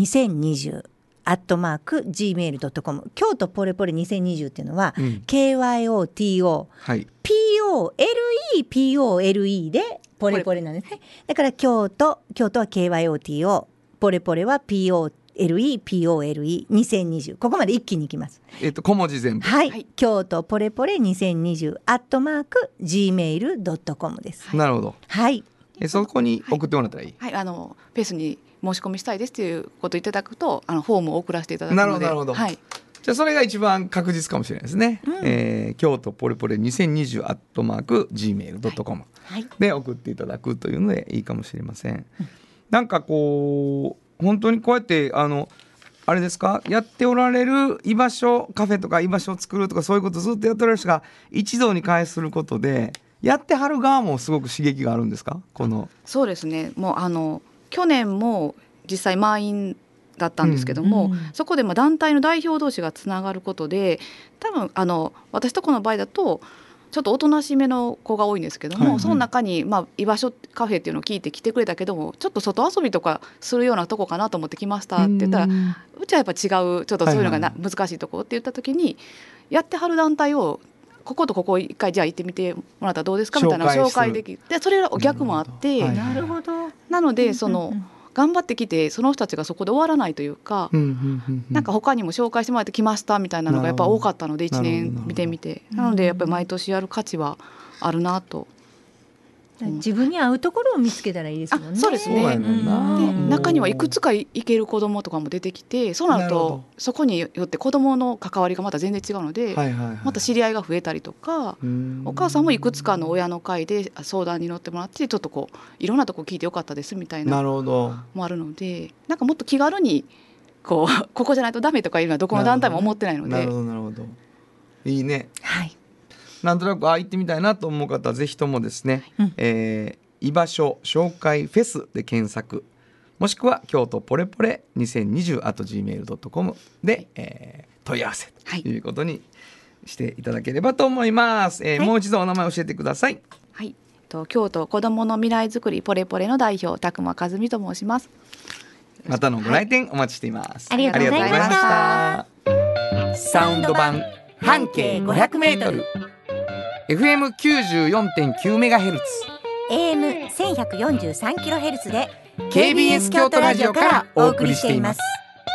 2020@gmail.com、 京都ポレポレ2020っていうのは、KYOTO、POLE でポレポレなんですね。だから京都は KYOTO、ポレポレは POLE2020、 ここまで一気にいきます。 小文字全部。 京都ポレポレ2020@gmail.com です。 なるほど。そこに送ってもらったらいい。 フェスに申し込みしたいですということをいただくと、フォームを送らせていただくので。 なるほど。じゃあそれが一番確実かもしれないですね。京都ポレポレ2020@gmail.com で送っていただくというのでいいかもしれません。なんかこう本当にこうやってあれですか、やっておられる居場所カフェとか居場所を作るとか、そういうことをずっとやっておられる人が一堂に会することで、やってはる側もすごく刺激があるんですか？ そうですね。もう去年も実際満員だったんですけども、そこで団体の代表同士がつながることで、多分私とこの場合だとちょっとおとなしめの子が多いんですけども、その中に、居場所カフェっていうのを聞いて来てくれたけども、ちょっと外遊びとかするようなとこかなと思って来ましたって言ったら、うちはやっぱ違う、ちょっとそういうのが難しいとこって言った時に、やってはる団体をこことここ一回じゃあ行ってみてもらったらどうですかみたいな紹介できて、それが逆もあって、 なるほど。 なので頑張ってきてその人たちがそこで終わらないというか、なんか他にも紹介してもらってきましたみたいなのがやっぱ多かったので、1年見てみて、なのでやっぱり毎年やる価値はあるなと。 自分に合うところを見つけたらいいですもんね。 そうですね。で中にはいくつか行ける子どもとかも出てきて、そうなるとそこによって子どもの関わりがまた全然違うので、また知り合いが増えたりとか、お母さんもいくつかの親の会で相談に乗ってもらって、ちょっとこういろんなとこ聞いてよかったですみたいなもあるので、なんかもっと気軽にここじゃないとダメとかいうのはどこの団体も思ってないので。 なるほど。いいね。なんとなく行ってみたいなと思う方はぜひともですね、居場所紹介フェスで検索、もしくは京都ポレポレ2020@gmail.com で、問い合わせということにしていただければと思います。もう一度お名前教えてください。 京都子どもの未来づくりポレポレの代表、宅間和美と申します。 またのご来店お待ちしています。 ありがとうございました。 サウンド版半径 500m FM94.9MHz AM1143kHz で KBS 京都ラジオからお送りしています。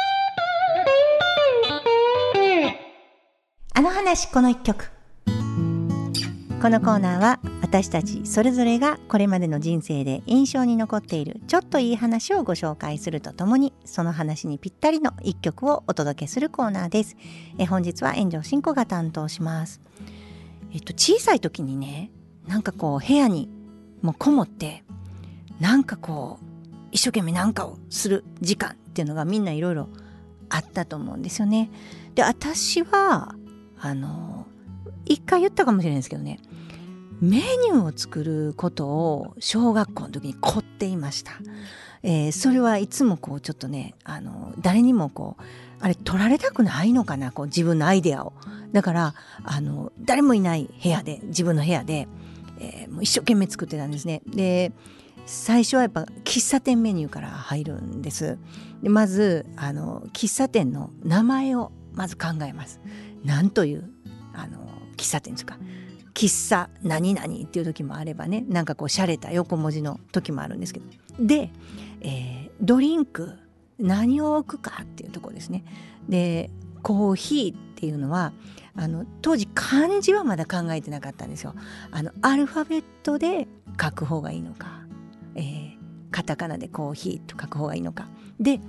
あの話この一曲。このコーナーは私たちそれぞれがこれまでの人生で印象に残っているちょっといい話をご紹介するとともに、その話にぴったりの一曲をお届けするコーナーです。本日は炎上真子が担当します。小さい時にね、なんかこう部屋にもうこもってなんかこう一生懸命なんかをする時間っていうのがみんないろいろあったと思うんですよね。で、私は一回言ったかもしれないですけどね、メニューを作ることを小学校の時に凝っていました。それはいつもこうちょっとね、誰にもこうあれ取られたくないのかな、こう自分のアイデアを。だから誰もいない部屋で、自分の部屋で、もう一生懸命作ってたんですね。で、最初はやっぱ喫茶店メニューから入るんです。でまず喫茶店の名前をまず考えます。なんという喫茶店ですか。喫茶何々っていう時もあればね、なんかこう洒落た横文字の時もあるんですけど、で、ドリンク何を置くかっていうところですね。で、コーヒーっていうのは当時漢字はまだ考えてなかったんですよ。アルファベットで書く方がいいのか、カタカナでコーヒーと書く方がいいのかで、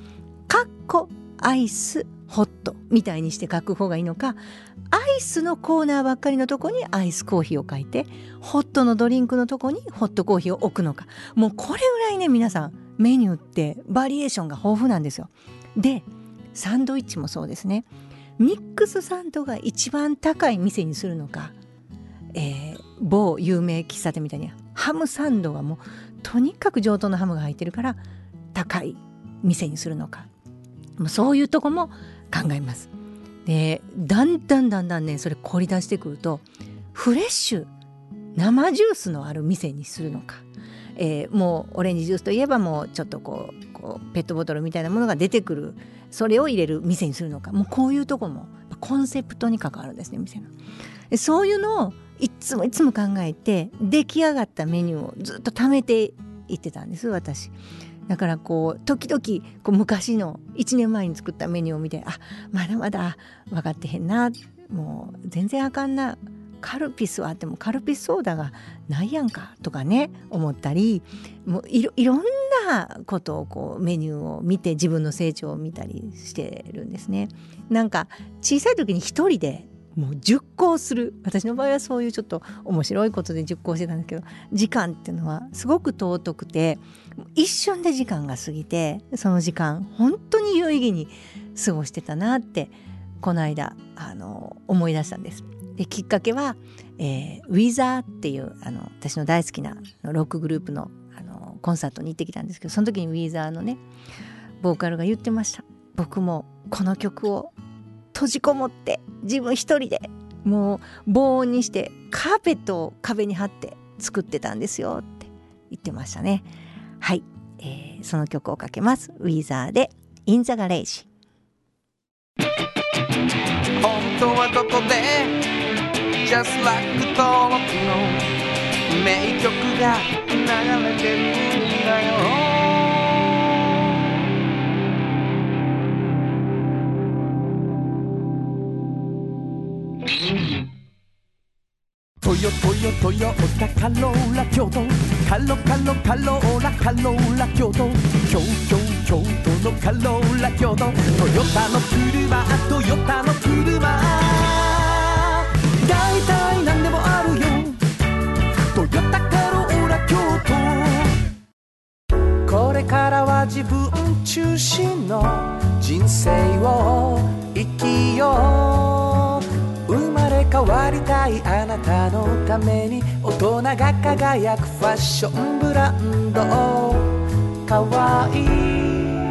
かっこアイスホットみたいにして書く方がいいのか、アイスのコーナーばっかりのとこにアイスコーヒーを書いて、ホットのドリンクのとこにホットコーヒーを置くのか。もうこれぐらいね、皆さんメニューってバリエーションが豊富なんですよ。でサンドイッチもそうですね。ミックスサンドが一番高い店にするのか、某有名喫茶店みたいにハムサンドがもうとにかく上等なハムが入ってるから高い店にするのか、もうそういうとこも考えます。でだんだんね、それ凝り出してくるとフレッシュ生ジュースのある店にするのか、もうオレンジジュースといえばもうちょっとこうペットボトルみたいなものが出てくる、それを入れる店にするのか、もうこういうとこもコンセプトに関わるんですね、店の。そういうのをいつも考えて出来上がったメニューをずっと貯めていってたんです、私。だから時々昔の1年前に作ったメニューを見て、まだまだ分かってへんな、もう全然あかんな、カルピスはあってもカルピスソーダがないやんかとかね思ったり、もういろんなことをメニューを見て自分の成長を見たりしてるんですね。なんか小さい時に一人でもう熟考する、私の場合はそういうちょっと面白いことで熟考してたんですけど、時間っていうのはすごく尊くて、一瞬で時間が過ぎて、その時間本当に有意義に過ごしてたなってこの間思い出したんです。できっかけは、ウィザーっていう私の大好きなロックグループの、コンサートに行ってきたんですけど、その時にウィザーのねボーカルが言ってました。僕もこの曲を閉じこもって自分一人でもう防音にしてカーペットを壁に貼って作ってたんですよって言ってましたね。はい、その曲をかけます。ウィザーで In the Garage。 本当はどこで Just like 登録の名曲が流れてるんだよ。 トヨタカローラ京都、カローラ京都、京都のカローラ京都、トヨタの車、だいたいなんでもあるよ、トヨタカローラ京都。これからは自分中心の人生を生きよう、生まれ変わりたいあなたのために、大人が輝くファッションブランド、かわいい。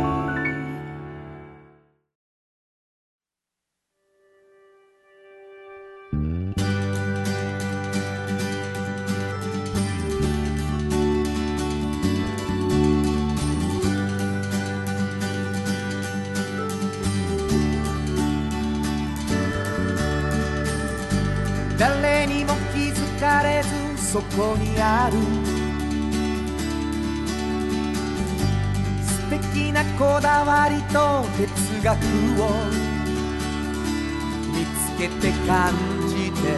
誰にも気づかれずそこにある素敵なこだわりと哲学を見つけて感じて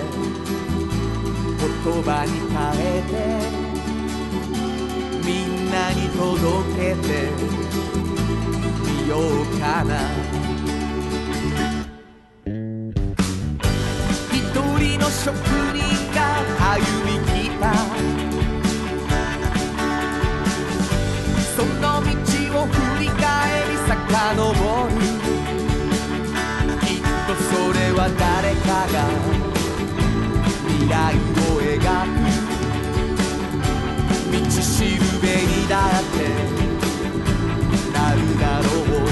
言葉に変えてみんなに届けてみようかな。職人が歩み来たその道を振り返り遡る、きっとそれは誰かが未来を描く道しるべにだってなるだろう。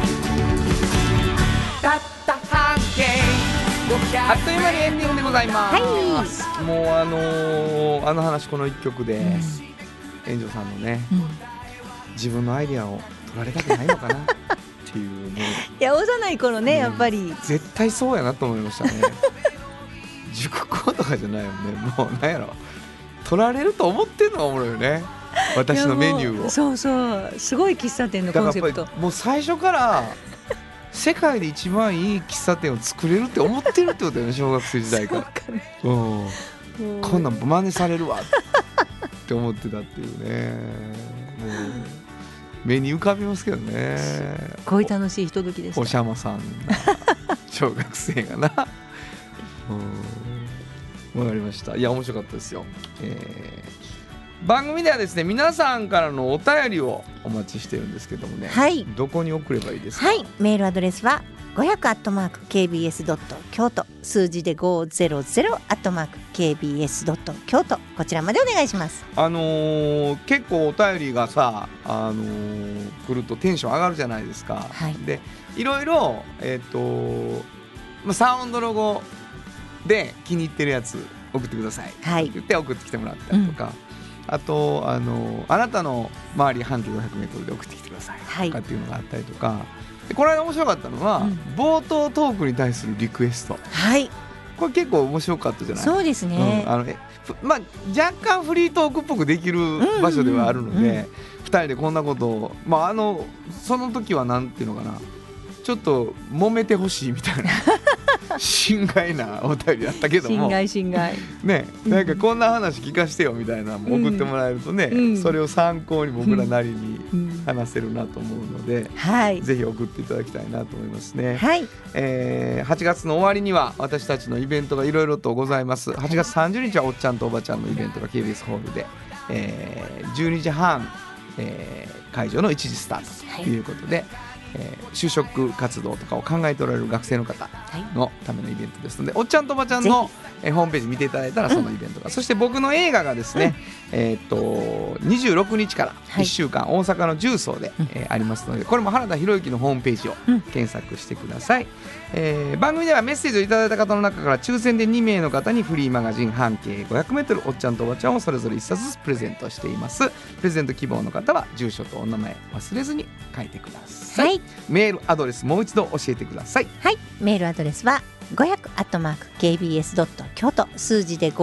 たった半径あっという間にエンディングでございます、はい、もうあの話この一曲で、炎上さんのね、自分のアイディアを取られたくないのかなっていうね。 いや幼い頃ね、やっぱり絶対そうやなと思いましたね。熟考とかじゃないよね、もうなんやろ、取られると思ってんのがおもろいよね、私のメニューを。 そうすごい喫茶店のコンセプト。 もう最初から世界で一番いい喫茶店を作れるって思ってるってことだよね、小学生時代から。こんなん真似されるわって思ってたっていうね。もう目に浮かびますけどね。 すっごい楽しいひとときでした。 おしゃまさん小学生がなわかりました。いや面白かったですよ。番組ではですね皆さんからのお便りをお待ちしてるんですけどもね、 はい、 どこに送ればいいですか？ はい、メールアドレスは500@kbs. 京都、数字で500@kbs. 京都、こちらまでお願いします。 結構お便りがさ、来るとテンション上がるじゃないですか、 はい、 でいろいろ、サウンドロゴで気に入ってるやつ送ってください、 はい、 って言って送ってきてもらったりとか、あとあなたの周り半径 500m で送ってきてください、はい、とかっていうのがあったりとか、でこの間面白かったのは、冒頭トークに対するリクエスト、 はい、 これ結構面白かったじゃない？ そうですね、 若干フリートークっぽくできる場所ではあるので、2人でこんなことを、その時はなんていうのかな、ちょっと揉めてほしいみたいな心外なお便りだったけども、 心外ね、なんかこんな話聞かせてよみたいなのも送ってもらえるとね、それを参考に僕らなりに話せるなと思うので、ぜひ送っていただきたいなと思いますね。 はい、 8月の終わりには私たちのイベントがいろいろとございます。8月30日はおっちゃんとおばちゃんのイベントが KBS ホールで、12時半、会場の1時スタートということで、就職活動とかを考えておられる学生の方のためのイベントですので、おっちゃんとおばちゃんのホームページ見ていただいたらそのイベントが、そして僕の映画がですね、26日から1週間大阪の重曹で、ありますので、これも原田博之のホームページを検索してください。番組ではメッセージをいただいた方の中から抽選で2名の方にフリーマガジン半径 500m おっちゃんとおばちゃんをそれぞれ1冊ずつプレゼントしています。プレゼント希望の方は住所とお名前忘れずに書いてください。はい、メールアドレスもう一度教えてください。 はい、メールアドレスは500@kbs. 京都、数字で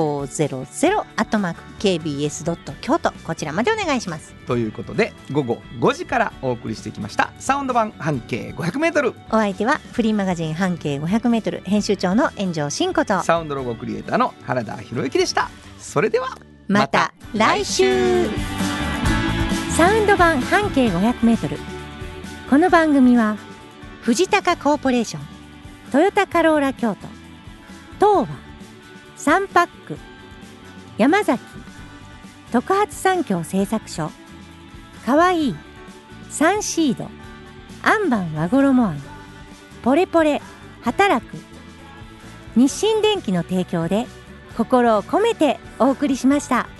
500@kbs. 京都、こちらまでお願いします。 ということで午後5時からお送りしてきましたサウンド版半径 500m。 お相手はフリーマガジン半径 500m 編集長の炎上真子とサウンドロゴクリエイターの原田博之でした。それではまた来週。サウンド版半径 500m、 この番組は藤高コーポレーション、トヨタカローラ京都、東和、サンパック、山崎、特発産業製作所、かわいい、サンシード、アンバン和衣あん、ポレポレ、働く、日清電機の提供で心を込めてお送りしました。